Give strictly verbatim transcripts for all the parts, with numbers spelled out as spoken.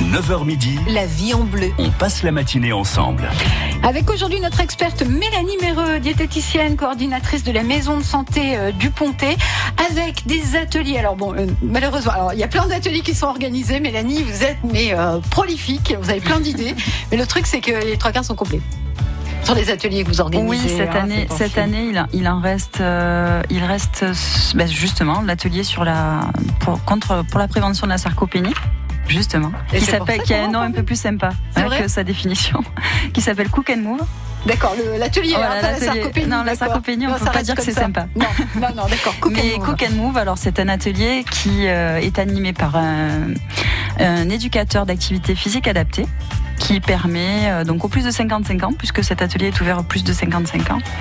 neuf heures midi, La vie en bleu. on passe la matinée ensemble. Avec aujourd'hui notre experte Mélanie Méreux, diététicienne, coordinatrice de la maison de santé euh, du Pontet, avec des ateliers. Alors bon, euh, malheureusement, alors il y a plein d'ateliers qui sont organisés. Mélanie, vous êtes mais euh, prolifique, vous avez plein d'idées. Mais le truc, c'est que les trois quarts sont complets. Sur les ateliers que vous organisez. Oui, cette hein, année, cette année, il, il en reste, euh, il reste ben justement l'atelier sur la pour, contre pour la prévention de la sarcopénie. Justement, Et qui c'est pour s'appelle, ça qui a qu'on un en nom un parle. peu plus sympa C'est hein, vrai que sa définition, qui s'appelle Cook and Move. D'accord, le- l'atelier, Voilà, hein, pas la l'atelier. sarcopénie. Non, la d'accord. sarcopénie, on Non, peut ça pas reste dire que comme c'est ça. sympa. Non, non, non, d'accord. Cook Mais and Move. Cook and Move, alors c'est un atelier qui euh, est animé par un, un éducateur d'activité physique adaptée, qui permet euh, donc aux plus de cinquante-cinq ans, puisque cet atelier est ouvert aux plus de cinquante-cinq ans,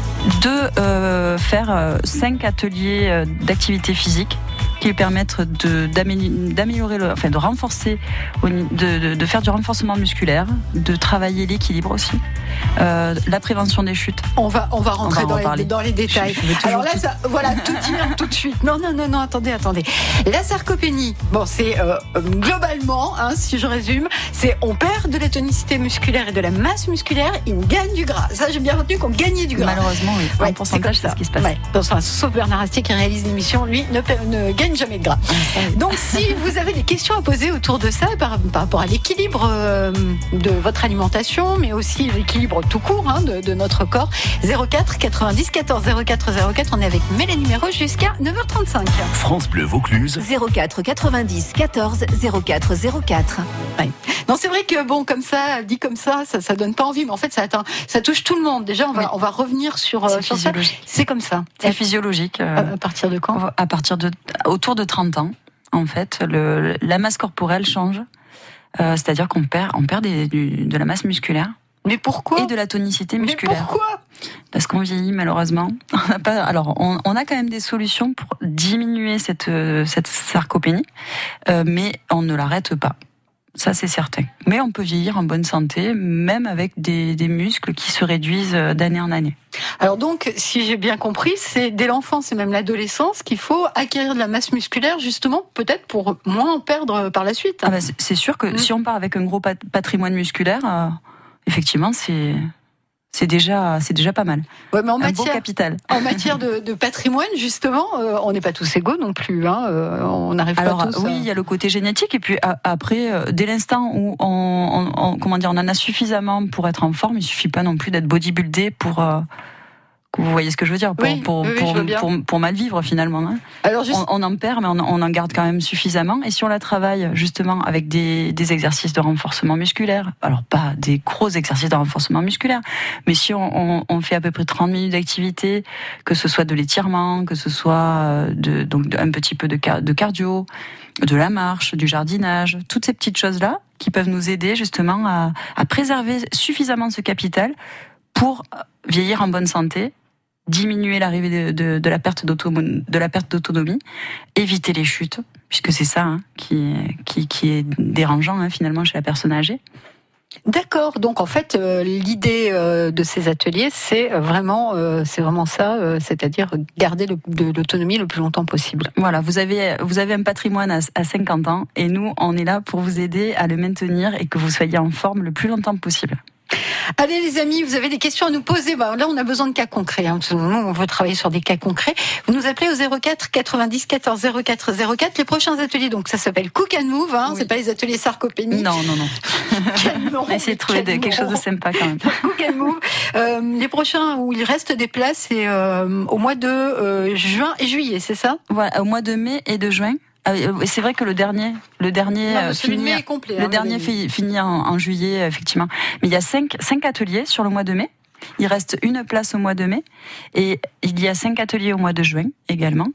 de euh, faire euh, cinq ateliers euh, d'activité physique qui lui permettent de, d'amé- d'améliorer, le, enfin de renforcer, au ni- de, de, de faire du renforcement musculaire, de travailler l'équilibre aussi, euh, la prévention des chutes. On va, on va rentrer On va en dans, les, parler. dans les détails. Je- je veux toujours Alors là, tout- ça, voilà, tout dire tout de suite. Non, non, non, non, attendez, attendez. La sarcopénie, bon, c'est euh, globalement, hein, si je résume, c'est on perd de la tonicité musculaire et de la masse musculaire et on gagne du gras. Ça, j'ai bien retenu qu'on gagnait du gras. Malheureusement, oui. Ouais, en pourcentage, c'est c'est comme ce qui se passe. Ouais. Enfin, sauf Bernard Astier qui réalise l'émission, lui ne, per- ne gagne jamais de gras. Donc, si vous avez des questions à poser autour de ça, par, par rapport à l'équilibre euh, de votre alimentation, mais aussi l'équilibre tout court hein, de, de notre corps, zéro quatre quatre-vingt-dix quatorze zéro quatre zéro quatre, on est avec Mélanie Méreux jusqu'à neuf heures trente-cinq. France Bleu Vaucluse, zéro quatre quatre-vingt-dix quatorze zéro quatre zéro quatre. Ouais. Non, c'est vrai que bon, comme ça, dit comme ça, ça, ça donne pas envie, mais en fait, ça atteint, ça touche tout le monde. Déjà, on va, Oui. on va revenir sur, euh, C'est sur ça. physiologique. C'est comme ça. C'est physiologique. euh, À, à partir de quand? À partir de autour de trente ans, en fait, le, la masse corporelle change. Euh, c'est-à-dire qu'on perd, on perd des, du, de la masse musculaire Mais pourquoi? et de la tonicité Mais musculaire. pourquoi? Parce qu'on vieillit malheureusement. On n'a pas, alors, on, on a quand même des solutions pour diminuer cette, euh, cette sarcopénie, euh, mais on ne l'arrête pas. Ça, c'est certain. Mais on peut vieillir en bonne santé, même avec des, des muscles qui se réduisent d'année en année. Alors donc, si j'ai bien compris, c'est dès l'enfance et même l'adolescence qu'il faut acquérir de la masse musculaire, justement, peut-être pour moins en perdre par la suite. Ah bah, c'est, c'est sûr que Mm. si on part avec un gros pat- patrimoine musculaire, euh, effectivement, c'est, c'est, déjà, c'est déjà pas mal. Ouais, mais en Un beau matière, capital. en matière de, de patrimoine, justement, euh, on n'est pas tous égaux non plus. Hein, euh, on n'arrive Alors pas tous. oui, à- il y a le côté génétique et puis a- après, euh, dès l'instant où on, on- on- comment dire, on en a suffisamment pour être en forme, il suffit pas non plus d'être bodybuildé pour. euh, vous voyez ce que je veux dire, pour, Oui, pour, oui, oui, pour, je veux bien. pour, pour mal vivre finalement. Hein. Alors juste, On, on en perd, mais on, on en garde quand même suffisamment. Et si on la travaille justement avec des, des exercices de renforcement musculaire, alors pas des gros exercices de renforcement musculaire, mais si on, on, on fait à peu près trente minutes d'activité, que ce soit de l'étirement, que ce soit euh, de, donc de- un petit peu de, car- de cardio, de la marche, du jardinage, toutes ces petites choses-là qui peuvent nous aider justement à, à préserver suffisamment ce capital pour vieillir en bonne santé, diminuer l'arrivée de, de, de la perte d'autonomie, de la perte d'autonomie, éviter les chutes, puisque c'est ça hein, qui, qui, qui est dérangeant hein, finalement chez la personne âgée. d'accord. Donc en fait, euh, l'idée euh, de ces ateliers, c'est euh, vraiment, euh, c'est vraiment ça, euh, c'est-à-dire garder le- de l'autonomie le plus longtemps possible. Voilà, vous avez, vous avez un patrimoine à, à cinquante ans et nous, on est là pour vous aider à le maintenir et que vous soyez en forme le plus longtemps possible. Allez les amis, vous avez des questions à nous poser. Bah, là, on a besoin de cas concrets. Hein, parce que nous, on veut travailler sur des cas concrets. Vous nous appelez au zéro quatre quatre-vingt-dix quatorze zéro quatre zéro quatre. Les prochains ateliers, donc ça s'appelle Cook and Move. Hein, Oui. c'est pas les ateliers sarcopénie. Non, non, non. Quel nom, On va essayer de trouver de- quel quelque chose de nom. sympa quand même. Cook and Move. Euh, les prochains où il reste des places, c'est euh, au mois de euh, juin et juillet, c'est ça? Voilà, au mois de mai et de juin. Ah, euh, c'est vrai que le dernier, le dernier Non, euh, mais celui de finit- mai est complet. Le hein, dernier Mélanie. fi- finit en, en juillet, effectivement. Mais il y a cinq, cinq ateliers sur le mois de mai. Il reste une place au mois de mai. Et il y a cinq ateliers au mois de juin également.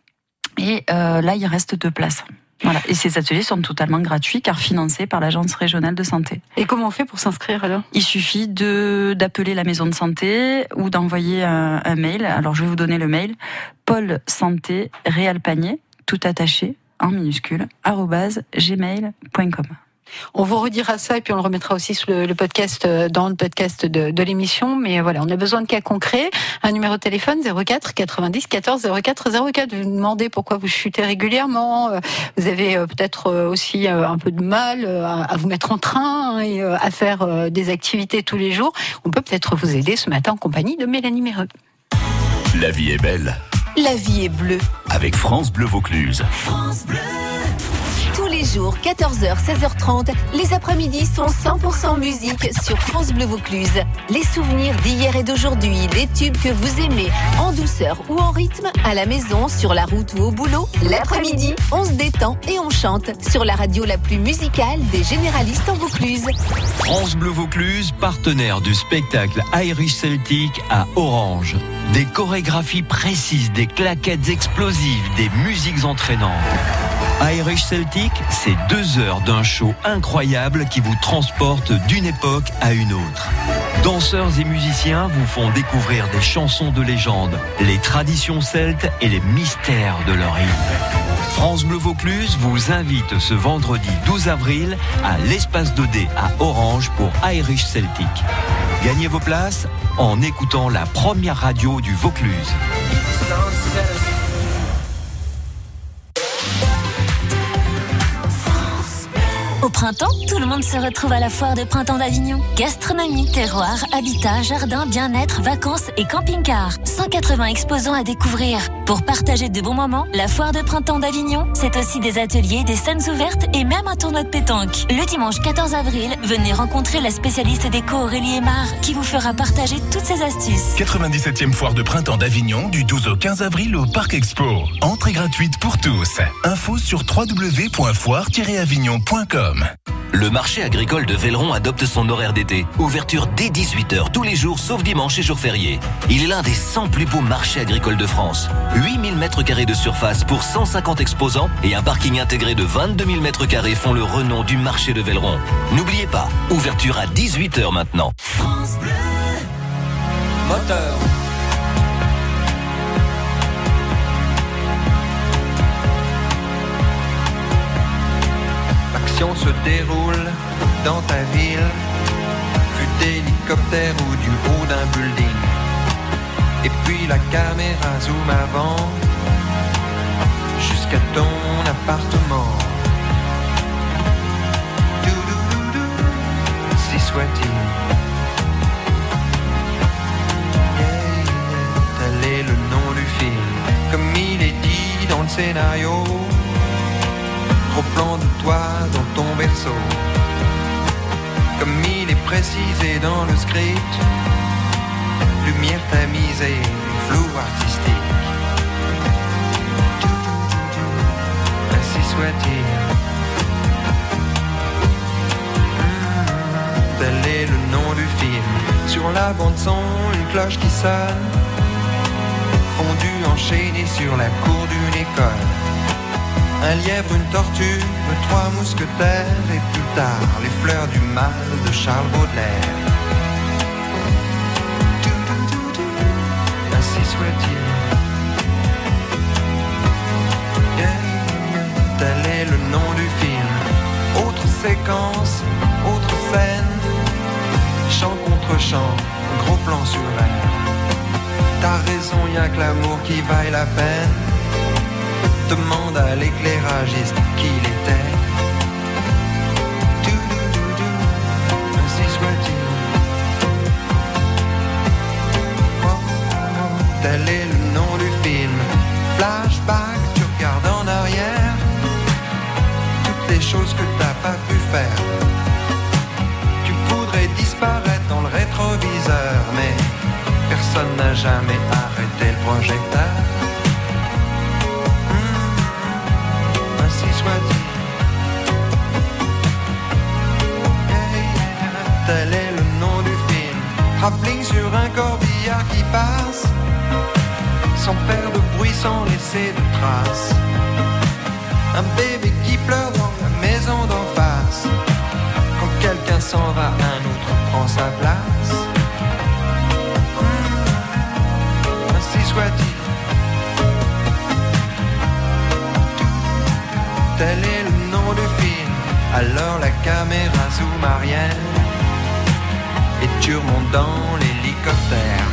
Et euh, là, il reste deux places. Voilà. Et ces ateliers sont totalement gratuits car financés par l'Agence régionale de santé. Et comment on fait pour s'inscrire alors? Il suffit de d'appeler la maison de santé ou d'envoyer un, un mail. Alors, je vais vous donner le mail. Paul Santé Réal Panier, tout attaché, en minuscule, arobase gmail point com. On vous redira ça et puis on le remettra aussi sur le, le podcast, dans le podcast de, de l'émission. Mais voilà, on a besoin de cas concrets. Un numéro de téléphone zéro quatre quatre-vingt-dix quatorze zéro quatre zéro quatre. Vous vous demandez pourquoi vous chutez régulièrement. Vous avez peut-être aussi un peu de mal à vous mettre en train et à faire des activités tous les jours. On peut peut-être vous aider ce matin en compagnie de Mélanie Méreux. La vie est belle. La vie est bleue. Avec France Bleu Vaucluse. France Bleu. Tous les jours, quatorze heures, seize heures trente, les après-midi sont cent pour cent musique sur France Bleu Vaucluse. Les souvenirs d'hier et d'aujourd'hui, les tubes que vous aimez, en douceur ou en rythme, à la maison, sur la route ou au boulot. L'après-midi, on se détend et on chante sur la radio la plus musicale des généralistes en Vaucluse. France Bleu Vaucluse, partenaire du spectacle Irish Celtic à Orange. Des chorégraphies précises, des claquettes explosives, des musiques entraînantes. Irish Celtic, c'est deux heures d'un show incroyable qui vous transporte d'une époque à une autre. Danseurs et musiciens vous font découvrir des chansons de légende, les traditions celtes et les mystères de leur île. France Bleu Vaucluse vous invite ce vendredi douze avril à l'Espace deux D à Orange pour Irish Celtic. Gagnez vos places en écoutant la première radio du Vaucluse. Au printemps, tout le monde se retrouve à la foire de printemps d'Avignon. Gastronomie, terroir, habitat, jardin, bien-être, vacances et camping-car. cent quatre-vingts exposants à découvrir. Pour partager de bons moments, la foire de printemps d'Avignon, c'est aussi des ateliers, des scènes ouvertes et même un tournoi de pétanque. Le dimanche quatorze avril, venez rencontrer la spécialiste déco Aurélie Aymar qui vous fera partager toutes ses astuces. quatre-vingt-dix-septième foire de printemps d'Avignon du douze au quinze avril au Parc Expo. Entrée gratuite pour tous. Info sur w w w point foire tiret avignon point com. Le marché agricole de Velleron adopte son horaire d'été. Ouverture dès dix-huit heures tous les jours sauf dimanche et jours fériés. Il est l'un des cent plus beaux marchés agricoles de France. huit mille mètres carrés de surface pour cent cinquante exposants et un parking intégré de vingt-deux mille mètres carrés font le renom du marché de Velleron. N'oubliez pas, ouverture à dix-huit heures maintenant. France Bleu. Moteur. L'action se déroule dans ta ville, vue d'hélicoptère ou du haut d'un building. Et puis la caméra zoom avant, jusqu'à ton appartement. Doudoudou, si soit-il. Yeah, yeah, tel est le nom du film, comme il est dit dans le scénario. Gros plan de toi dans ton berceau, comme il est précisé dans le script. Lumière tamisée, flou artistique. Ainsi soit-il. Mmh, tel est le nom du film. Sur la bande son, une cloche qui sonne, fondue enchaînée sur la cour d'une école. Un lièvre, une tortue, trois mousquetaires et plus tard les fleurs du mal de Charles Baudelaire. Ainsi soit-il. Yeah, yeah, tel est le nom du film. Autre séquence, autre scène, chant contre chant, gros plan sur elle. T'as raison, y'a que l'amour qui vaille la peine. Demande à l'éclairagiste qui il était. Doudoudou, ainsi soit-il. Oh, oh, tel est le nom du film. Flashback, tu regardes en arrière, toutes les choses que t'as pas pu faire. Tu voudrais disparaître dans le rétroviseur, mais personne n'a jamais arrêté le projecteur. Tel est le nom du film. Rappling sur un corbillard qui passe, sans faire de bruit, sans laisser de traces. Un bébé qui pleure dans la maison d'en face. Quand quelqu'un s'en va, un autre prend sa place. Mmh, ainsi soit-il. Tel est le nom du film. Alors la caméra caméra sous-marine et tu remontes dans l'hélicoptère.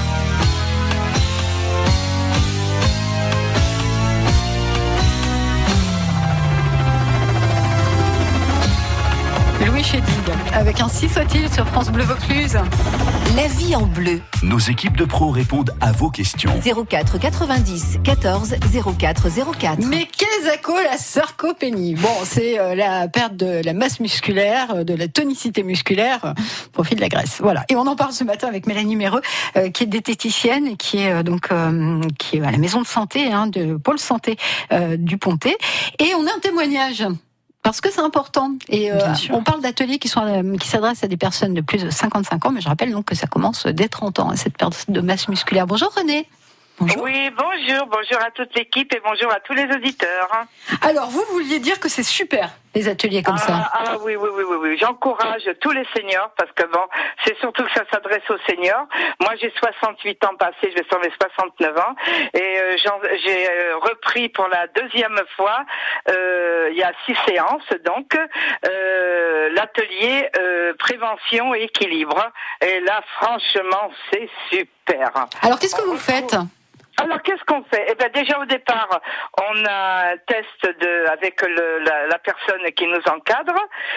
Louis Chédid, avec un Si soit-il sur France Bleu Vaucluse. La vie en bleu. Nos équipes de pros répondent à vos questions. zéro quatre quatre-vingt-dix quatorze zéro quatre zéro quatre. Mais qu'est-ce que la sarcopénie? Bon, c'est euh, la perte de la masse musculaire, euh, de la tonicité musculaire, euh, au profit de la graisse. Voilà. Et on en parle ce matin avec Mélanie Méreux, euh, qui est diététicienne et qui est euh, donc euh, qui est à la maison de santé, hein, de Pôle Santé euh, du Pontet. Et on a un témoignage. Parce que c'est important. Et euh, on parle d'ateliers qui sont euh, qui s'adressent à des personnes de plus de cinquante-cinq ans, mais je rappelle donc que ça commence dès trente ans, cette perte de masse musculaire. Bonjour René. Bonjour. Oui, bonjour, bonjour à toute l'équipe et bonjour à tous les auditeurs. Alors, vous vouliez dire que c'est super, les ateliers comme ah, ça. Ah oui, oui, oui, oui, oui. J'encourage tous les seniors parce que bon, c'est surtout que ça s'adresse aux seniors. Moi, j'ai soixante-huit ans passés, je vais sur mes soixante-neuf ans et euh, j'ai euh, repris pour la deuxième fois, euh, il y a six séances, donc, euh, l'atelier euh, prévention et équilibre. Et là, franchement, c'est super. Alors, qu'est-ce que vous faites ? Alors qu'est-ce qu'on fait? Eh ben déjà au départ, on a un test de avec le, la, la personne qui nous encadre.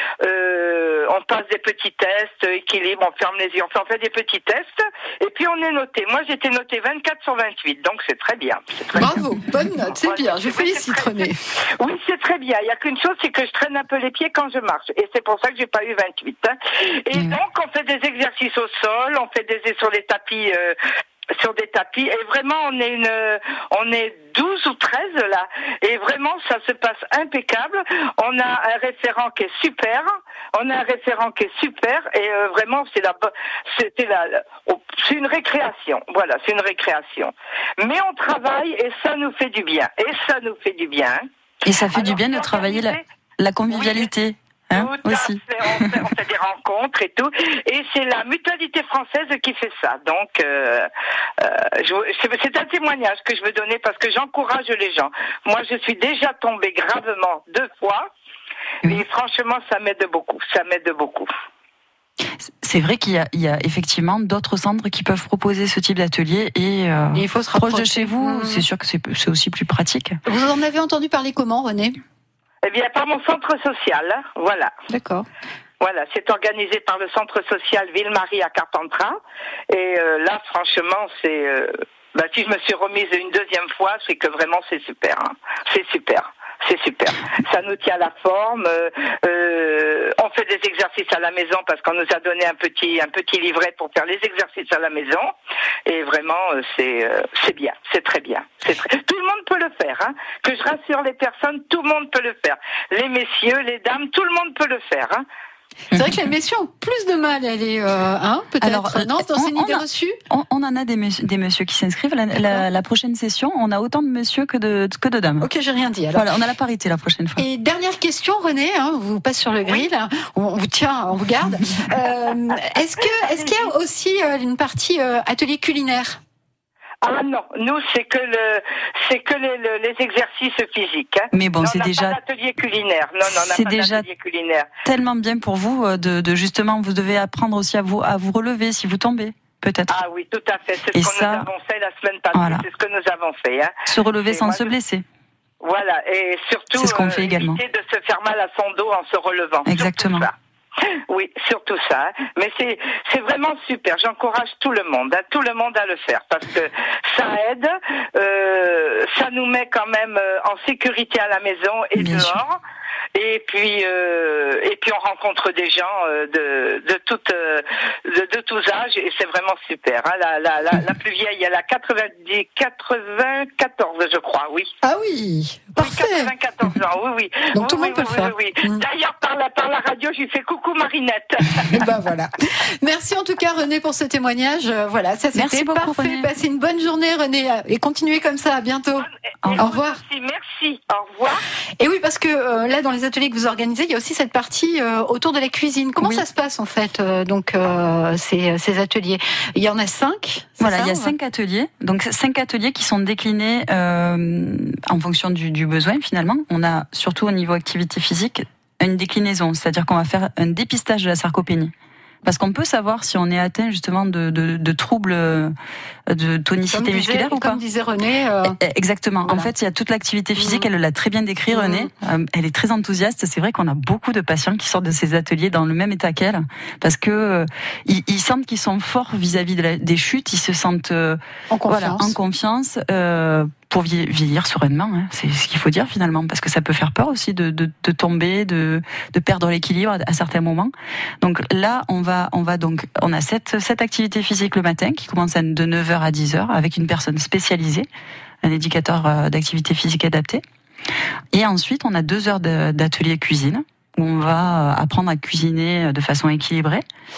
Euh, on passe des petits tests, équilibre, on ferme les yeux, enfin on fait des petits tests et puis on est noté. Moi j'étais noté vingt-quatre sur vingt-huit, donc c'est très bien. C'est très Bravo, bien. Bonne note, c'est bien. Je félicite René. Oui, c'est très bien. Il y a qu'une chose, c'est que je traîne un peu les pieds quand je marche et c'est pour ça que j'ai pas eu vingt-huit. Hein. Et mmh. donc on fait des exercices au sol, on fait des sur les tapis. Euh, sur des tapis et vraiment on est une on est douze ou treize là et vraiment ça se passe impeccable. On a un référent qui est super, on a un référent qui est super et euh, vraiment c'est la c'était la c'est une récréation. Voilà, c'est une récréation. Mais on travaille et ça nous fait du bien. Et ça nous fait du bien. Et ça fait Alors, du bien de travailler la, la convivialité. Oui. Hein, tout aussi. À fait. On, fait, on fait des rencontres et tout, et c'est la mutualité française qui fait ça. Donc, euh, euh, je, c'est un témoignage que je veux donner parce que j'encourage les gens. Moi, je suis déjà tombée gravement deux fois, oui. Et franchement, ça m'aide beaucoup. Ça m'aide beaucoup. C'est vrai qu'il y a, il y a effectivement d'autres centres qui peuvent proposer ce type d'atelier et, euh, et il faut se proche de chez vous. Mmh. C'est sûr que c'est, c'est aussi plus pratique. Vous en avez entendu parler comment, René ? Eh bien, par mon centre social, voilà. D'accord. Voilà, c'est organisé par le centre social Ville-Marie à Carpentras. Et euh, là, franchement, c'est... Euh, bah, si je me suis remise une deuxième fois, c'est que vraiment, c'est super. Hein. C'est super. C'est super. Ça nous tient la forme. Euh, euh, on fait des exercices à la maison parce qu'on nous a donné un petit un petit livret pour faire les exercices à la maison. Et vraiment, c'est euh, c'est bien, c'est très bien. C'est très... Tout le monde peut le faire. Hein. Que je rassure les personnes, tout le monde peut le faire. Les messieurs, les dames, tout le monde peut le faire. Hein. C'est vrai que les messieurs ont plus de mal à aller, euh, hein, peut-être. Alors, non, dans ces idées reçues. On, on en a des, mes- des messieurs qui s'inscrivent. La, la, la prochaine session, on a autant de messieurs que de, que de dames. Ok, j'ai rien dit. Alors. Voilà, on a la parité la prochaine fois. Et dernière question, René, hein, on vous passe sur le grill, hein, on, on vous tient, on vous garde. Euh, est-ce que, est-ce qu'il y a aussi euh, une partie euh, atelier culinaire? Ah non, nous c'est que le, c'est que les, le, les exercices physiques. Hein. Mais bon, non, c'est on déjà. Pas d'atelier culinaire. Non, non, on n'a c'est pas déjà d'atelier culinaire. Tellement bien pour vous de, de justement, vous devez apprendre aussi à vous à vous relever si vous tombez, peut-être. Ah oui, tout à fait. C'est ce Et qu'on ça, nous avons fait la semaine passée. Voilà. C'est ce que nous avons fait. Hein. Se relever et sans moi, se blesser. Voilà, et surtout c'est ce qu'on euh, fait également. éviter de se faire mal à son dos en se relevant. Exactement. Oui, surtout ça. Hein. Mais c'est c'est vraiment super. J'encourage tout le monde, hein, tout le monde à le faire parce que ça aide, euh, ça nous met quand même en sécurité à la maison et Bien dehors. Sûr. Et puis euh, et puis on rencontre des gens euh, de de toutes euh, de, de tous âges et c'est vraiment super. Hein. La, la la la plus vieille, elle a quatre-vingt-dix quatre-vingt-quatorze, je crois. Oui. Ah oui. Parfait. Oui, quatre-vingt-quatorze ans. Oui oui. Donc oui, tout le oui, monde peut oui, le faire. Oui, oui. Mmh. D'ailleurs par la par la radio, je lui fais coucou Marinette. Et ben voilà. Merci en tout cas René pour ce témoignage. Voilà, ça c'était beaucoup, parfait. René. Passez une bonne journée René et continuez comme ça. À bientôt. Et, et Au revoir. Merci, merci. Au revoir. Et oui, parce que euh, là, dans les ateliers que vous organisez, il y a aussi cette partie euh, autour de la cuisine. Comment oui. ça se passe en fait, euh, donc euh, ces, ces ateliers? Il y en a cinq. Voilà, ça, il y a cinq ateliers. Donc cinq ateliers qui sont déclinés euh, en fonction du, du besoin finalement. On a surtout au niveau activité physique une déclinaison, c'est-à-dire qu'on va faire un dépistage de la sarcopénie. Parce qu'on peut savoir si on est atteint justement de, de, de troubles de tonicité comme musculaire disait, ou pas. Comme disait René. Euh... Exactement. Voilà. En fait, il y a toute l'activité physique, Mmh. elle l'a très bien décrit, René. Mmh. Elle est très enthousiaste. C'est vrai qu'on a beaucoup de patients qui sortent de ces ateliers dans le même état qu'elle, parce que euh, ils, ils sentent qu'ils sont forts vis-à-vis de la, des chutes, ils se sentent euh, en confiance. Voilà, en confiance euh, pour vieillir sereinement. Hein. C'est ce qu'il faut dire finalement, parce que ça peut faire peur aussi de, de, de tomber, de, de perdre l'équilibre à, à certains moments. Donc là, on va, on va donc, on a cette, cette activité physique le matin qui commence de neuf heures à dix heures avec une personne spécialisée, un éducateur d'activité physique adaptée. Et ensuite, on a deux heures d'atelier cuisine où on va apprendre à cuisiner de façon équilibrée.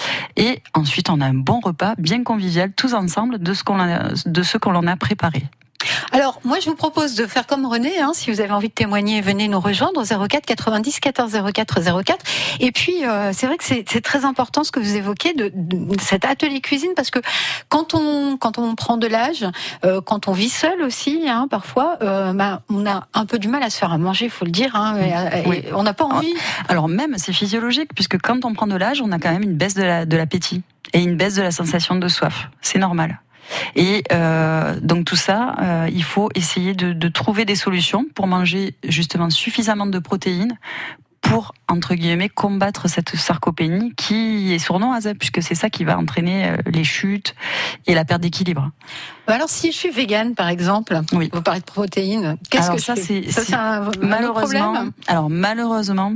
Et ensuite, on a un bon repas bien convivial tous ensemble de ce qu'on a, de ce qu'on en a préparé. Alors, moi, je vous propose de faire comme René, hein, si vous avez envie de témoigner, venez nous rejoindre au zéro quatre quatre-vingt-dix quatorze zéro quatre zéro quatre. Et puis, euh, c'est vrai que c'est, c'est très important ce que vous évoquez de, de cet atelier cuisine, parce que quand on quand on prend de l'âge, euh, quand on vit seul aussi, hein, parfois, euh, bah, on a un peu du mal à se faire à manger, il faut le dire, hein, et, et oui. on n'a pas envie. Alors même, c'est physiologique, puisque quand on prend de l'âge, on a quand même une baisse de, la, de l'appétit et une baisse de la sensation de soif. C'est normal. Et euh, donc tout ça, euh, il faut essayer de, de trouver des solutions pour manger justement suffisamment de protéines pour, entre guillemets, combattre cette sarcopénie qui est sournoise, puisque c'est ça qui va entraîner les chutes et la perte d'équilibre. Alors si je suis végane, par exemple, oui. vous parlez de protéines, qu'est-ce alors que ça, je fais c'est, ça, c'est c'est un, malheureusement, un problème alors malheureusement,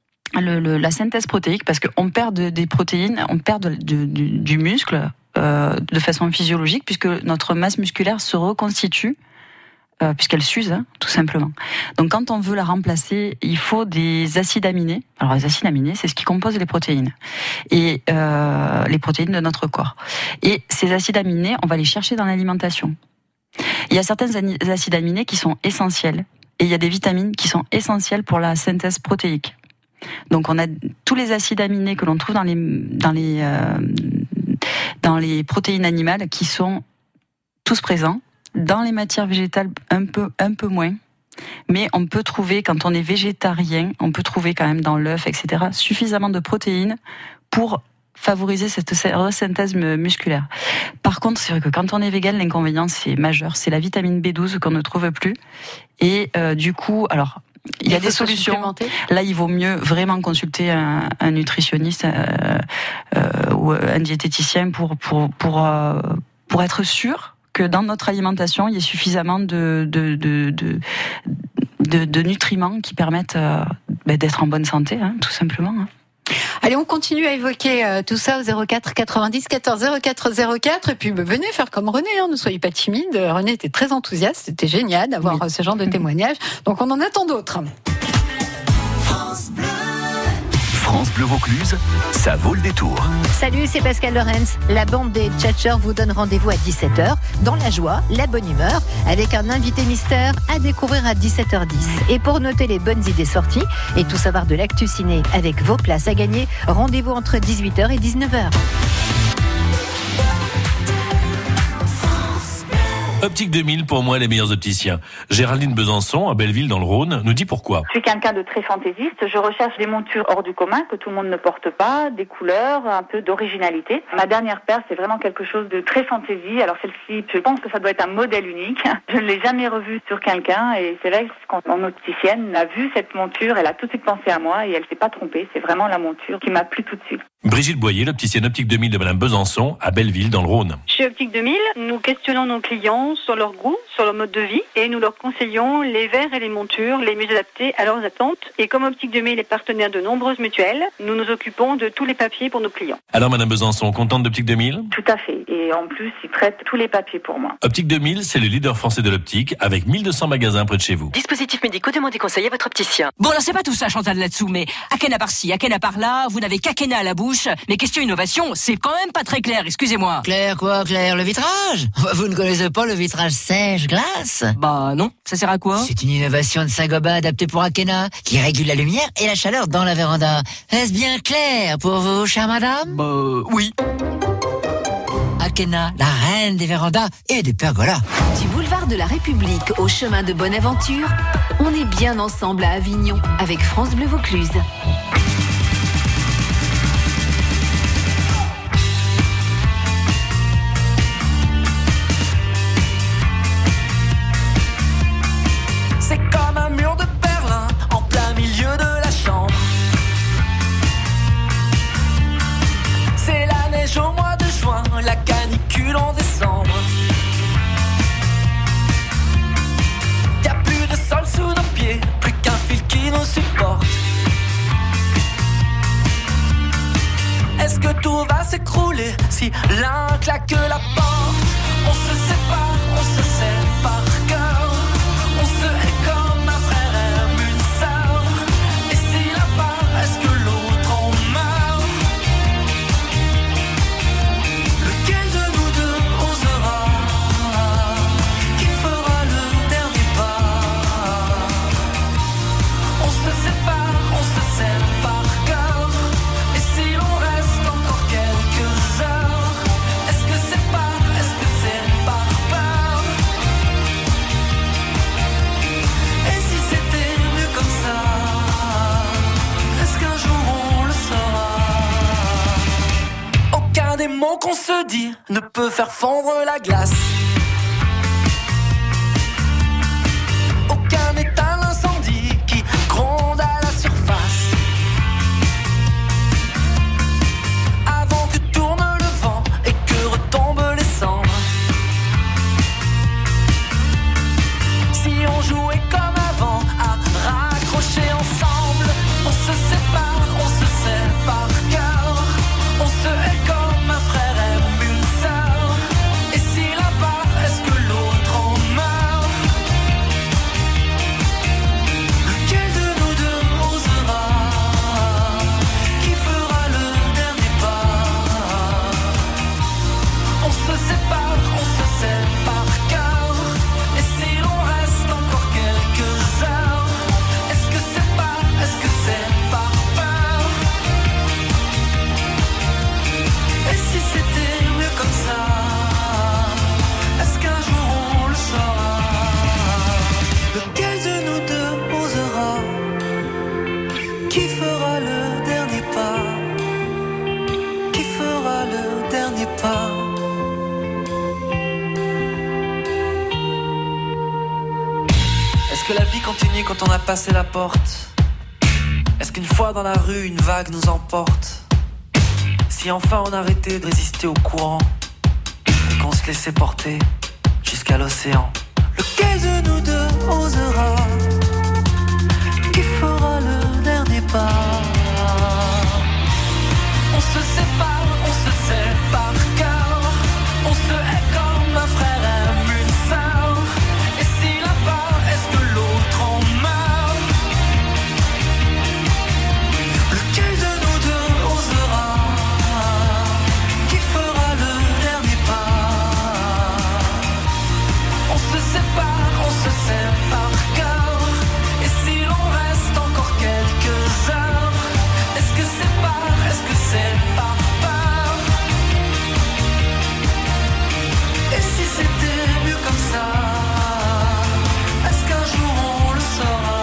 le, le, la synthèse protéique, parce qu'on perd de, des protéines, on perd de, de, du, du muscle, Euh, de façon physiologique, puisque notre masse musculaire se reconstitue, euh, puisqu'elle s'use, hein, tout simplement. Donc quand on veut la remplacer, il faut des acides aminés. Alors les acides aminés, c'est ce qui compose les protéines, et euh, les protéines de notre corps. Et ces acides aminés, on va les chercher dans l'alimentation. Il y a certains acides aminés qui sont essentiels, et il y a des vitamines qui sont essentielles pour la synthèse protéique. Donc on a tous les acides aminés que l'on trouve dans les dans les euh, dans les protéines animales qui sont tous présents, dans les matières végétales un peu un peu moins, mais on peut trouver, quand on est végétarien, on peut trouver quand même dans l'œuf, et cetera, suffisamment de protéines pour favoriser cette synthèse musculaire. Par contre, c'est vrai que quand on est vegan, l'inconvénient c'est majeur, c'est la vitamine B douze qu'on ne trouve plus, et euh, du coup, alors il y a des solutions. Là, il vaut mieux vraiment consulter un, un nutritionniste euh, euh, ou un diététicien pour pour pour euh, pour être sûr que dans notre alimentation, il y ait suffisamment de de de de, de, de nutriments qui permettent euh, bah, d'être en bonne santé, hein, tout simplement. Hein. Allez, on continue à évoquer euh, tout ça au zéro quatre quatre-vingt-dix quatorze zéro quatre zéro quatre, et puis bah, venez faire comme René, hein, ne soyez pas timide. René était très enthousiaste, c'était génial d'avoir oui. ce genre de témoignage, donc on en attend d'autres. France Bleu. France Bleu Vaucluse, ça vaut le détour. Salut, c'est Pascal Lorenz. La bande des Tchatchers vous donne rendez-vous à dix-sept heures, dans la joie, la bonne humeur, avec un invité mystère à découvrir à dix-sept heures dix. Et pour noter les bonnes idées sorties et tout savoir de l'actu ciné avec vos places à gagner, rendez-vous entre dix-huit heures et dix-neuf heures. Optique deux mille, pour moi, les meilleurs opticiens. Géraldine Besançon, à Belleville, dans le Rhône, nous dit pourquoi. Je suis quelqu'un de très fantaisiste. Je recherche des montures hors du commun, que tout le monde ne porte pas, des couleurs, un peu d'originalité. Ma dernière paire, c'est vraiment quelque chose de très fantaisie. Alors celle-ci, je pense que ça doit être un modèle unique. Je ne l'ai jamais revue sur quelqu'un, et c'est vrai que quand mon opticienne a vu cette monture, elle a tout de suite pensé à moi, et elle s'est pas trompée. C'est vraiment la monture qui m'a plu tout de suite. Brigitte Boyer, l'opticienne Optique deux mille de Madame Besançon, à Belleville, dans le Rhône. Chez Optique deux mille, nous questionnons nos clients sur leur goût, sur leur mode de vie, et nous leur conseillons les verres et les montures les mieux adaptés à leurs attentes. Et comme Optique deux mille est partenaire de nombreuses mutuelles, nous nous occupons de tous les papiers pour nos clients. Alors Madame Besançon, contente d'Optique deux mille ? Tout à fait. Et en plus, ils traitent tous les papiers pour moi. Optique deux mille, c'est le leader français de l'optique, avec mille deux cents magasins près de chez vous. Dispositifs médicaux, demandez conseil à votre opticien. Bon, alors c'est pas tout ça, Chantal, là-dessous, mais Akena par-ci, Akena par-là, vous n'avez qu'Akena à la bouche. Mais question innovation, c'est quand même pas très clair, excusez-moi. Clair quoi, Claire? Le vitrage? Vous ne connaissez pas le vitrage sèche-glace? Bah non, ça sert à quoi? C'est une innovation de Saint-Gobain adaptée pour Akena, qui régule la lumière et la chaleur dans la véranda. Est-ce bien clair pour vous, chère madame? Bah oui. Akena, la reine des vérandas et des pergolas. Du boulevard boulevard de la République au chemin de Bonaventure, on est bien ensemble à Avignon avec France Bleu Vaucluse. C'est comme un mur de Berlin en plein milieu de la chambre. C'est la neige au mois de juin, la canicule en décembre. Y'a plus de sol sous nos pieds, plus qu'un fil qui nous supporte. Est-ce que tout va s'écrouler si l'un claque la porte? On se sépare, on se sert par cœur. On se hait comme un frère aime une sœur. Et si l'un part, est-ce que l'autre en meurt? Lequel de nous deux osera? Qui fera le dernier pas? On se sépare, on se serre par cœur. Et si l'on reste encore quelques heures, est-ce que c'est par, est-ce que c'est par peur? Et si c'était mieux comme ça, est-ce qu'un jour on le saura? Aucun des mots qu'on se dit ne peut faire fondre la glace. Aucun n'éteint l'incendie qui gronde à la surface. Avant que tourne le vent et que retombent les cendres. Si on jouait comme avant à raccrocher ensemble, on se sépare, on se serre par cœur. On se hait comme un frère aime une sœur. Et si l'un part, est-ce que l'autre en meurt? Lequel de nous deux osera? Qui fera le dernier pas? On se sépare, on se serre par cœur. Et si l'on reste encore quelques heures, est-ce que c'est par, est-ce que c'est par peur? Et si c'était mieux comme ça, est-ce qu'un jour on le saura? Lequel de nous deux osera? Qui fera le dernier pas? Qui fera le dernier pas? Est-ce que la vie continue quand on a passé la porte? Est-ce qu'une fois dans la rue, une vague nous emporte? Si enfin on arrêtait de résister au courant et qu'on se laissait porter jusqu'à l'océan, lequel de nous deux osera? Qui fera le dernier pas? On se sépare, on se serre par cœur. On se hait comme un frère aime une sœur. Et si l'un part, est-ce que l'autre en meurt? Lequel de nous deux osera? Qui fera le dernier pas? On se sépare, on se serre par cœur. Et si l'on reste encore quelques heures, est-ce que c'est par, est-ce que c'est par peur? Et si c'était mieux comme ça, est-ce qu'un jour on le saura?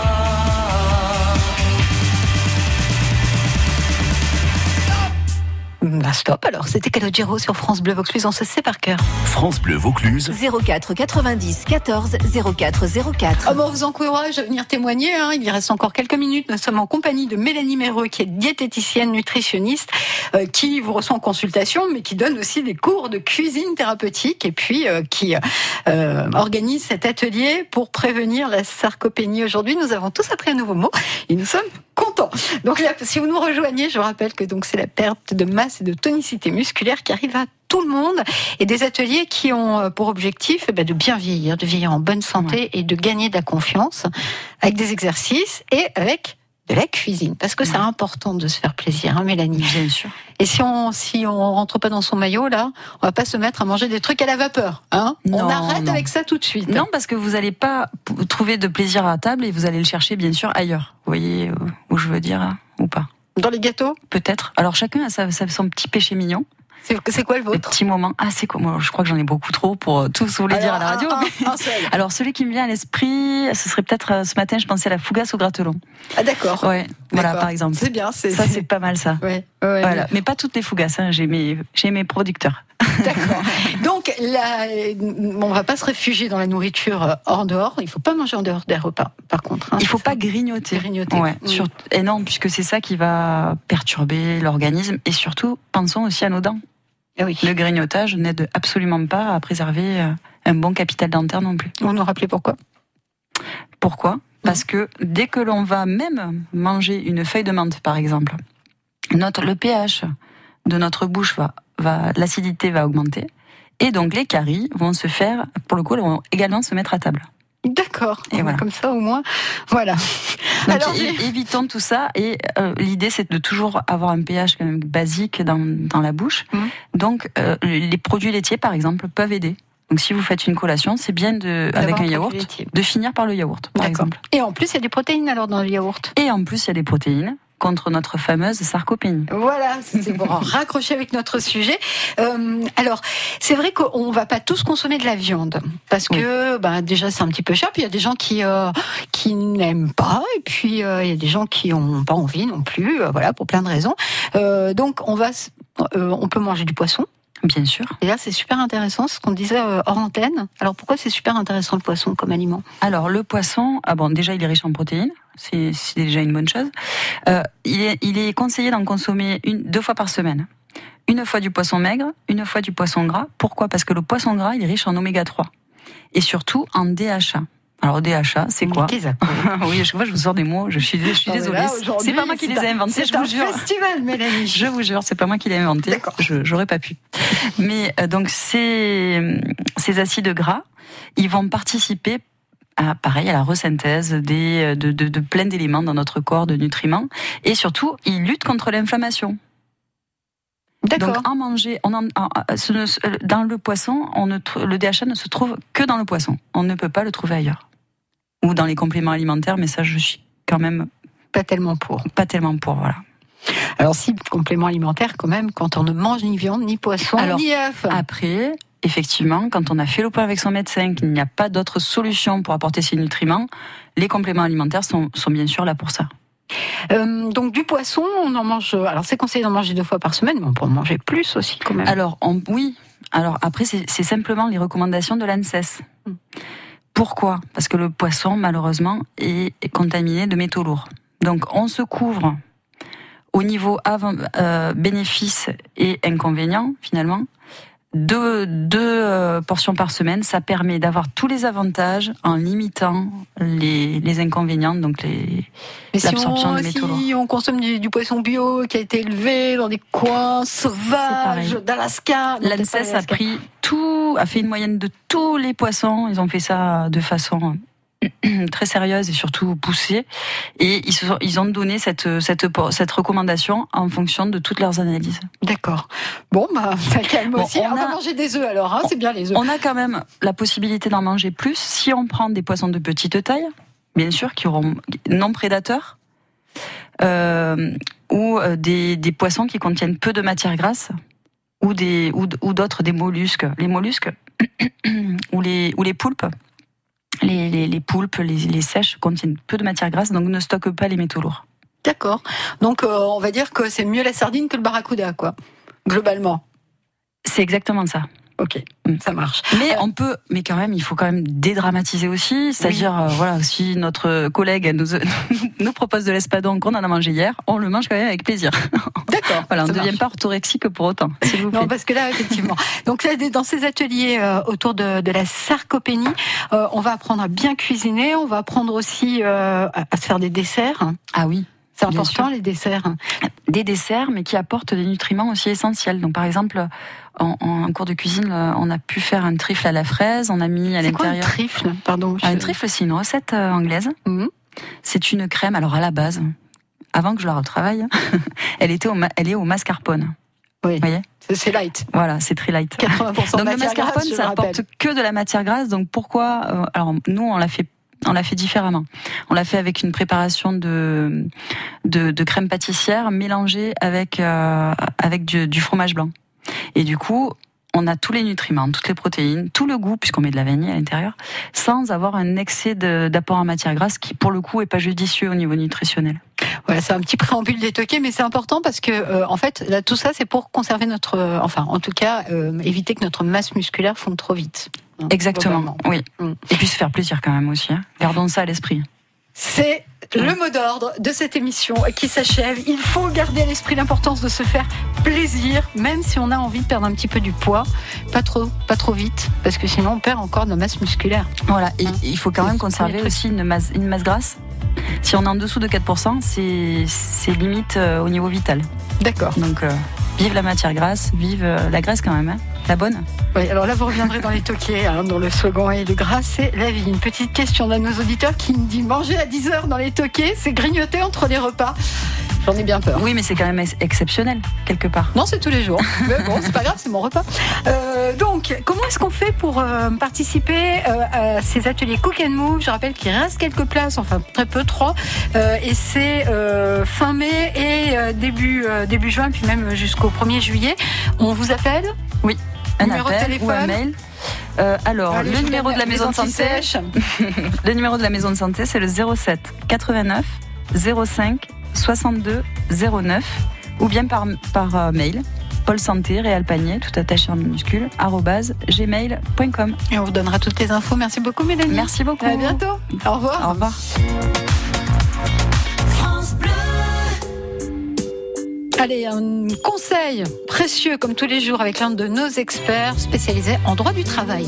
Bah stop alors, c'était Calogero sur France Bleu Vaucluse, on se sait par cœur. France Bleu Vaucluse. zéro quatre quatre-vingt-dix quatorze zéro quatre zéro quatre. Ah bon, on vous encourage à venir témoigner, hein. Il y reste encore quelques minutes. Nous sommes en compagnie de Mélanie Méreux, qui est diététicienne, nutritionniste, euh, qui vous reçoit en consultation, mais qui donne aussi des cours de cuisine thérapeutique et puis euh, qui euh, organise cet atelier pour prévenir la sarcopénie. Aujourd'hui, nous avons tous appris un nouveau mot et nous sommes contents. Donc là, si vous nous rejoignez, je vous rappelle que donc c'est la perte de masse et de tonicité musculaire qui arrive à tout le monde, et des ateliers qui ont pour objectif eh ben, de bien vieillir, de vieillir en bonne santé, ouais, et de gagner de la confiance avec des exercices et avec de la cuisine, parce que ouais, c'est important de se faire plaisir, hein, Mélanie. Bien sûr. Et si on si on rentre pas dans son maillot là, on va pas se mettre à manger des trucs à la vapeur, hein. Non, on arrête non. avec ça tout de suite. Non, parce que vous allez pas trouver de plaisir à table et vous allez le chercher bien sûr ailleurs. Vous voyez où je veux dire, ou pas? Dans les gâteaux? Peut-être. Alors chacun a sa, sa, son petit péché mignon. C'est, c'est quoi le vôtre? Le petit moment. Ah, c'est quoi? Moi, je crois que j'en ai beaucoup trop pour tous vous les dire à la radio. Un, mais... un, un seul. Alors, celui qui me vient à l'esprit, ce serait peut-être ce matin, je pensais à la fougasse au gratelon. Ah, d'accord. Ouais, d'accord. voilà, par exemple. C'est bien. C'est... Ça, c'est pas mal, ça. Ouais, ouais, voilà. ouais. Mais pas toutes les fougasses, hein. J'ai mes, j'ai mes producteurs. D'accord. Donc, là, on va pas se réfugier dans la nourriture hors dehors. Il faut pas manger en dehors des repas, par contre. Hein, il faut ça. pas grignoter. grignoter. Ouais. Mmh. Sur... Et non, puisque c'est ça qui va perturber l'organisme. Et surtout, pensons aussi à nos dents. Ah oui. Le grignotage n'aide absolument pas à préserver un bon capital dentaire non plus. On nous rappelait pourquoi? Pourquoi? Parce que dès que l'on va même manger une feuille de menthe, par exemple, notre, le pH de notre bouche va, va, l'acidité va augmenter, et donc les caries vont se faire, pour le coup, elles vont également se mettre à table. D'accord. Et voilà. Comme ça, au moins, voilà. Donc, Alors, é- évitons tout ça. Et euh, l'idée, c'est de toujours avoir un pH quand même basique dans, dans la bouche. Mmh. Donc, euh, les produits laitiers, par exemple, peuvent aider. Donc, si vous faites une collation, c'est bien de, avec un yaourt, de finir par le yaourt, par D'accord. exemple. Et en plus, il y a des protéines alors dans le yaourt. Et en plus, il y a des protéines contre notre fameuse sarcopénie. Voilà, c'est pour en raccrocher avec notre sujet. Euh, alors, c'est vrai qu'on va pas tous consommer de la viande parce que, oui. ben déjà c'est un petit peu cher. Puis il y a des gens qui euh, qui n'aiment pas, et puis euh, il y a des gens qui ont pas envie non plus. Euh, voilà, pour plein de raisons. Euh, donc on va, euh, on peut manger du poisson. Bien sûr. Et là, c'est super intéressant, ce qu'on disait euh, hors antenne. Alors, pourquoi c'est super intéressant le poisson comme aliment? Alors, le poisson, ah bon, déjà, il est riche en protéines. C'est, c'est déjà une bonne chose. Euh, il est, il est conseillé d'en consommer une, deux fois par semaine. Une fois du poisson maigre, une fois du poisson gras. Pourquoi? Parce que le poisson gras, il est riche en oméga trois. Et surtout en D H A. Alors, D H A, c'est quoi? Oui, à chaque fois, je vous sors des mots, je suis, je suis désolée. Là, c'est pas moi qui les ai inventés, je vous jure. C'est un festival, Mélanie. Je vous jure, c'est pas moi qui l'ai inventé. D'accord. Je, j'aurais pas pu. Mais, euh, donc, ces, ces acides gras, ils vont participer à, pareil, à la resynthèse des, de, de, de plein d'éléments dans notre corps, de nutriments. Et surtout, ils luttent contre l'inflammation. D'accord. Donc, en manger, on en, en, dans le poisson, on ne, le D H A ne se trouve que dans le poisson. On ne peut pas le trouver ailleurs. Ou dans les compléments alimentaires, mais ça, je suis quand même pas tellement pour. Pas tellement pour, voilà. Alors, si, compléments alimentaires, quand même, quand on ne mange ni viande, ni poisson, Alors, ni œufs. Après, effectivement, quand on a fait le point avec son médecin, qu'il n'y a pas d'autre solution pour apporter ces nutriments, les compléments alimentaires sont, sont bien sûr là pour ça. Euh, donc du poisson, on en mange. Alors c'est conseillé d'en manger deux fois par semaine, mais on peut en manger plus aussi quand même. Alors on, oui. Alors après c'est, c'est simplement les recommandations de l'ANSES. Mm. Pourquoi? Parce que le poisson malheureusement est, est contaminé de métaux lourds. Donc on se couvre au niveau avant, euh, bénéfices et inconvénients finalement. Deux, deux euh, portions par semaine, ça permet d'avoir tous les avantages en limitant les, les inconvénients, donc les, mais l'absorption si on, des métaux lourds. Si on consomme du, du poisson bio qui a été élevé dans des coins sauvages d'Alaska, l'ANSES a pris tout, a fait une moyenne de tous les poissons. Ils ont fait ça de façon très sérieuse et surtout poussée, et ils, se sont, ils ont donné cette, cette, cette recommandation en fonction de toutes leurs analyses. D'accord. Bon, bah, ça calme bon, aussi. On, on va manger des œufs alors, hein, on, c'est bien les œufs. On a quand même la possibilité d'en manger plus si on prend des poissons de petite taille, bien sûr, qui auront non prédateurs, euh, ou des, des poissons qui contiennent peu de matière grasse, ou, des, ou, ou d'autres, des mollusques. Les mollusques, ou les, ou les poulpes. Les, les, les poulpes, les, les sèches contiennent peu de matière grasse, donc ne stockent pas les métaux lourds. D'accord. Donc euh, on va dire que c'est mieux la sardine que le barracuda, quoi, globalement. C'est exactement ça. Ok, ça marche. Mais euh, on peut, mais quand même, il faut quand même dédramatiser aussi. C'est-à-dire, oui. euh, voilà, si notre collègue nous, nous propose de l'espadon qu'on en a mangé hier, on le mange quand même avec plaisir. D'accord. Voilà, on ne devient marche. pas orthorexique pour autant, s'il vous plaît. Non, parce que là, effectivement. Donc, dans ces ateliers euh, autour de, de la sarcopénie, euh, on va apprendre à bien cuisiner, on va apprendre aussi euh, à, à se faire des desserts. Ah oui. C'est important, les desserts. Des desserts, mais qui apportent des nutriments aussi essentiels. Donc, par exemple, en, en cours de cuisine, on a pu faire un trifle à la fraise. On a mis à c'est l'intérieur. Quoi, un trifle, pardon. Je... Un trifle, c'est une recette anglaise. Mmh. C'est une crème. Alors, à la base, avant que je la retravaille, elle était au, elle est au mascarpone. Oui. Vous voyez? C'est light. Voilà, c'est très light. quatre-vingts pour cent donc, de le matière mascarpone, grasse, ça apporte que de la matière grasse. Donc, pourquoi euh, alors, nous, on l'a fait. On l'a fait différemment. On l'a fait avec une préparation de de, de crème pâtissière mélangée avec euh, avec du, du fromage blanc. Et du coup, on a tous les nutriments, toutes les protéines, tout le goût, puisqu'on met de la vanille à l'intérieur, sans avoir un excès de, d'apport en matière grasse qui, pour le coup, est pas judicieux au niveau nutritionnel. Voilà, c'est un petit préambule des toqués, mais c'est important parce que, euh, en fait, là, tout ça, c'est pour conserver notre, euh, enfin, en tout cas, euh, éviter que notre masse musculaire fonde trop vite. Hein, Exactement, oui. Mm. Et puis se faire plaisir quand même aussi. Hein. Gardons ça à l'esprit. C'est le mot d'ordre de cette émission qui s'achève. Il faut garder à l'esprit l'importance de se faire plaisir, même si on a envie de perdre un petit peu du poids. Pas trop, pas trop vite, parce que sinon on perd encore de la masse musculaire. Voilà, et hein. il faut quand même conserver aussi une masse, une masse grasse. Si on est en dessous de quatre pour cent, c'est, c'est limite euh, au niveau vital. D'accord. Donc, euh, vive la matière grasse, vive euh, la graisse quand même, hein. La bonne. Oui, alors là, vous reviendrez dans les toqués, hein, dont le slogan est « Le gras, c'est la vie ». Une petite question d'un de nos auditeurs qui me dit « Manger à dix heures dans les toqués, c'est grignoter entre les repas ». J'en ai bien peur. Oui, mais c'est quand même exceptionnel, quelque part. Non, c'est tous les jours. Mais bon, c'est pas grave, c'est mon repas. Euh, donc, comment est-ce qu'on fait pour euh, participer euh, à ces ateliers Cook and Move ? Je rappelle qu'il reste quelques places, enfin très peu, trois. Euh, et c'est euh, fin mai et euh, début, euh, début juin, puis même jusqu'au premier juillet. On vous appelle ? Oui. Un numéro appel de téléphone ou un mail. Euh, alors, Allez, le numéro de la maison de santé, le numéro de la maison de santé, c'est le zéro sept quatre-vingt-neuf zéro cinq soixante-deux zéro neuf, ou bien par, par euh, mail, Pôle Santé, Réal Panier, tout attaché en minuscule, arobase gmail point com. Et on vous donnera toutes les infos. Merci beaucoup, Mélanie. Merci beaucoup. À bientôt. Au revoir. Au revoir. Allez, un conseil précieux comme tous les jours avec l'un de nos experts spécialisés en droit du travail.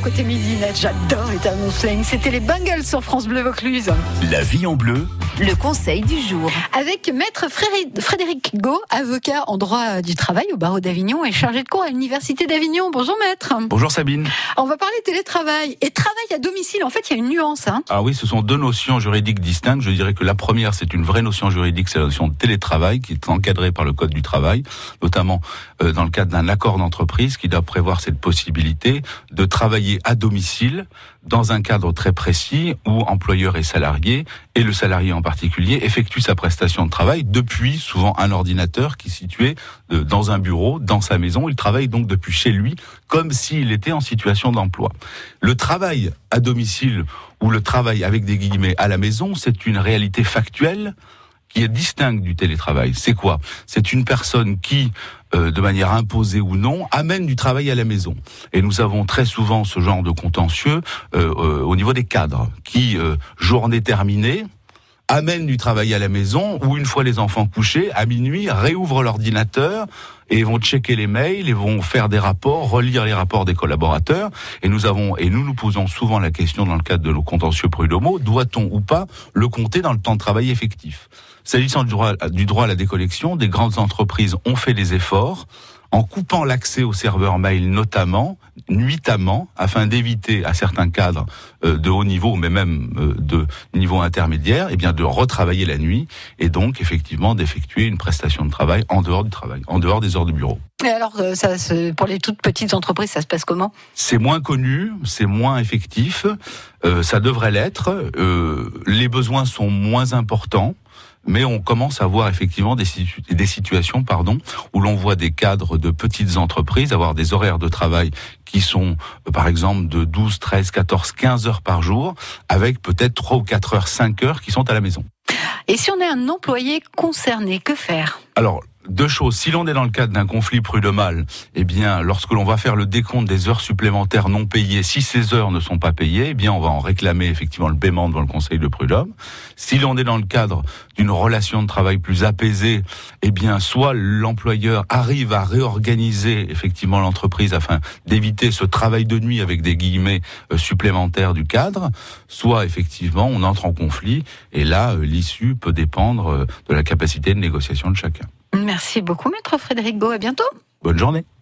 côté midinette. J'adore Ethan Flame. C'était les Bangles sur France Bleu Vaucluse. La vie en bleu. Le conseil du jour. Avec maître Frédéric Gault, avocat en droit du travail au barreau d'Avignon et chargé de cours à l'université d'Avignon. Bonjour maître. Bonjour Sabine. On va parler télétravail et travail à domicile. En fait, il y a une nuance. Hein. Ah oui, ce sont deux notions juridiques distinctes. Je dirais que la première, c'est une vraie notion juridique, c'est la notion de télétravail qui est encadrée par le Code du travail, notamment euh, dans le cadre d'un accord d'entreprise qui doit prévoir cette possibilité de travailler à domicile dans un cadre très précis où employeur et salarié, et le salarié en particulier, effectue sa prestation de travail depuis souvent un ordinateur qui est situé dans un bureau, dans sa maison. Il travaille donc depuis chez lui, comme s'il était en situation d'emploi. Le travail à domicile ou le travail avec des guillemets à la maison, c'est une réalité factuelle qui est distincte du télétravail. C'est quoi ? C'est une personne qui, euh, de manière imposée ou non, amène du travail à la maison. Et nous avons très souvent ce genre de contentieux euh, euh, au niveau des cadres, qui, euh, journée terminée, amènent du travail à la maison, ou une fois les enfants couchés, à minuit, réouvrent l'ordinateur et vont checker les mails, et vont faire des rapports, relire les rapports des collaborateurs. Et nous avons, et nous nous posons souvent la question dans le cadre de nos contentieux prud'homaux, doit-on ou pas le compter dans le temps de travail effectif ? S'agissant du droit, du droit à la déconnexion, des grandes entreprises ont fait des efforts en coupant l'accès aux serveurs mail notamment, nuitamment, afin d'éviter à certains cadres euh, de haut niveau, mais même euh, de niveau intermédiaire, eh bien de retravailler la nuit et donc effectivement d'effectuer une prestation de travail en dehors du travail, en dehors des heures de bureau. Et alors, ça, pour les toutes petites entreprises, ça se passe comment ? C'est moins connu, c'est moins effectif, euh, ça devrait l'être, euh, les besoins sont moins importants. Mais on commence à voir effectivement des, situ- des situations pardon, où l'on voit des cadres de petites entreprises avoir des horaires de travail qui sont, euh, par exemple, de douze, treize, quatorze, quinze heures par jour, avec peut-être trois ou quatre heures, cinq heures qui sont à la maison. Et si on est un employé concerné, que faire ? Alors, deux choses. Si l'on est dans le cadre d'un conflit prud'homal, eh bien, lorsque l'on va faire le décompte des heures supplémentaires non payées, si ces heures ne sont pas payées, eh bien, on va en réclamer effectivement le paiement devant le Conseil de prud'homme. Si l'on est dans le cadre d'une relation de travail plus apaisée, eh bien, soit l'employeur arrive à réorganiser effectivement l'entreprise afin d'éviter ce travail de nuit avec des guillemets euh, supplémentaires du cadre, soit effectivement on entre en conflit et là, euh, l'issue peut dépendre euh, de la capacité de négociation de chacun. Merci beaucoup, maître Frédéric Gault. À bientôt. Bonne journée.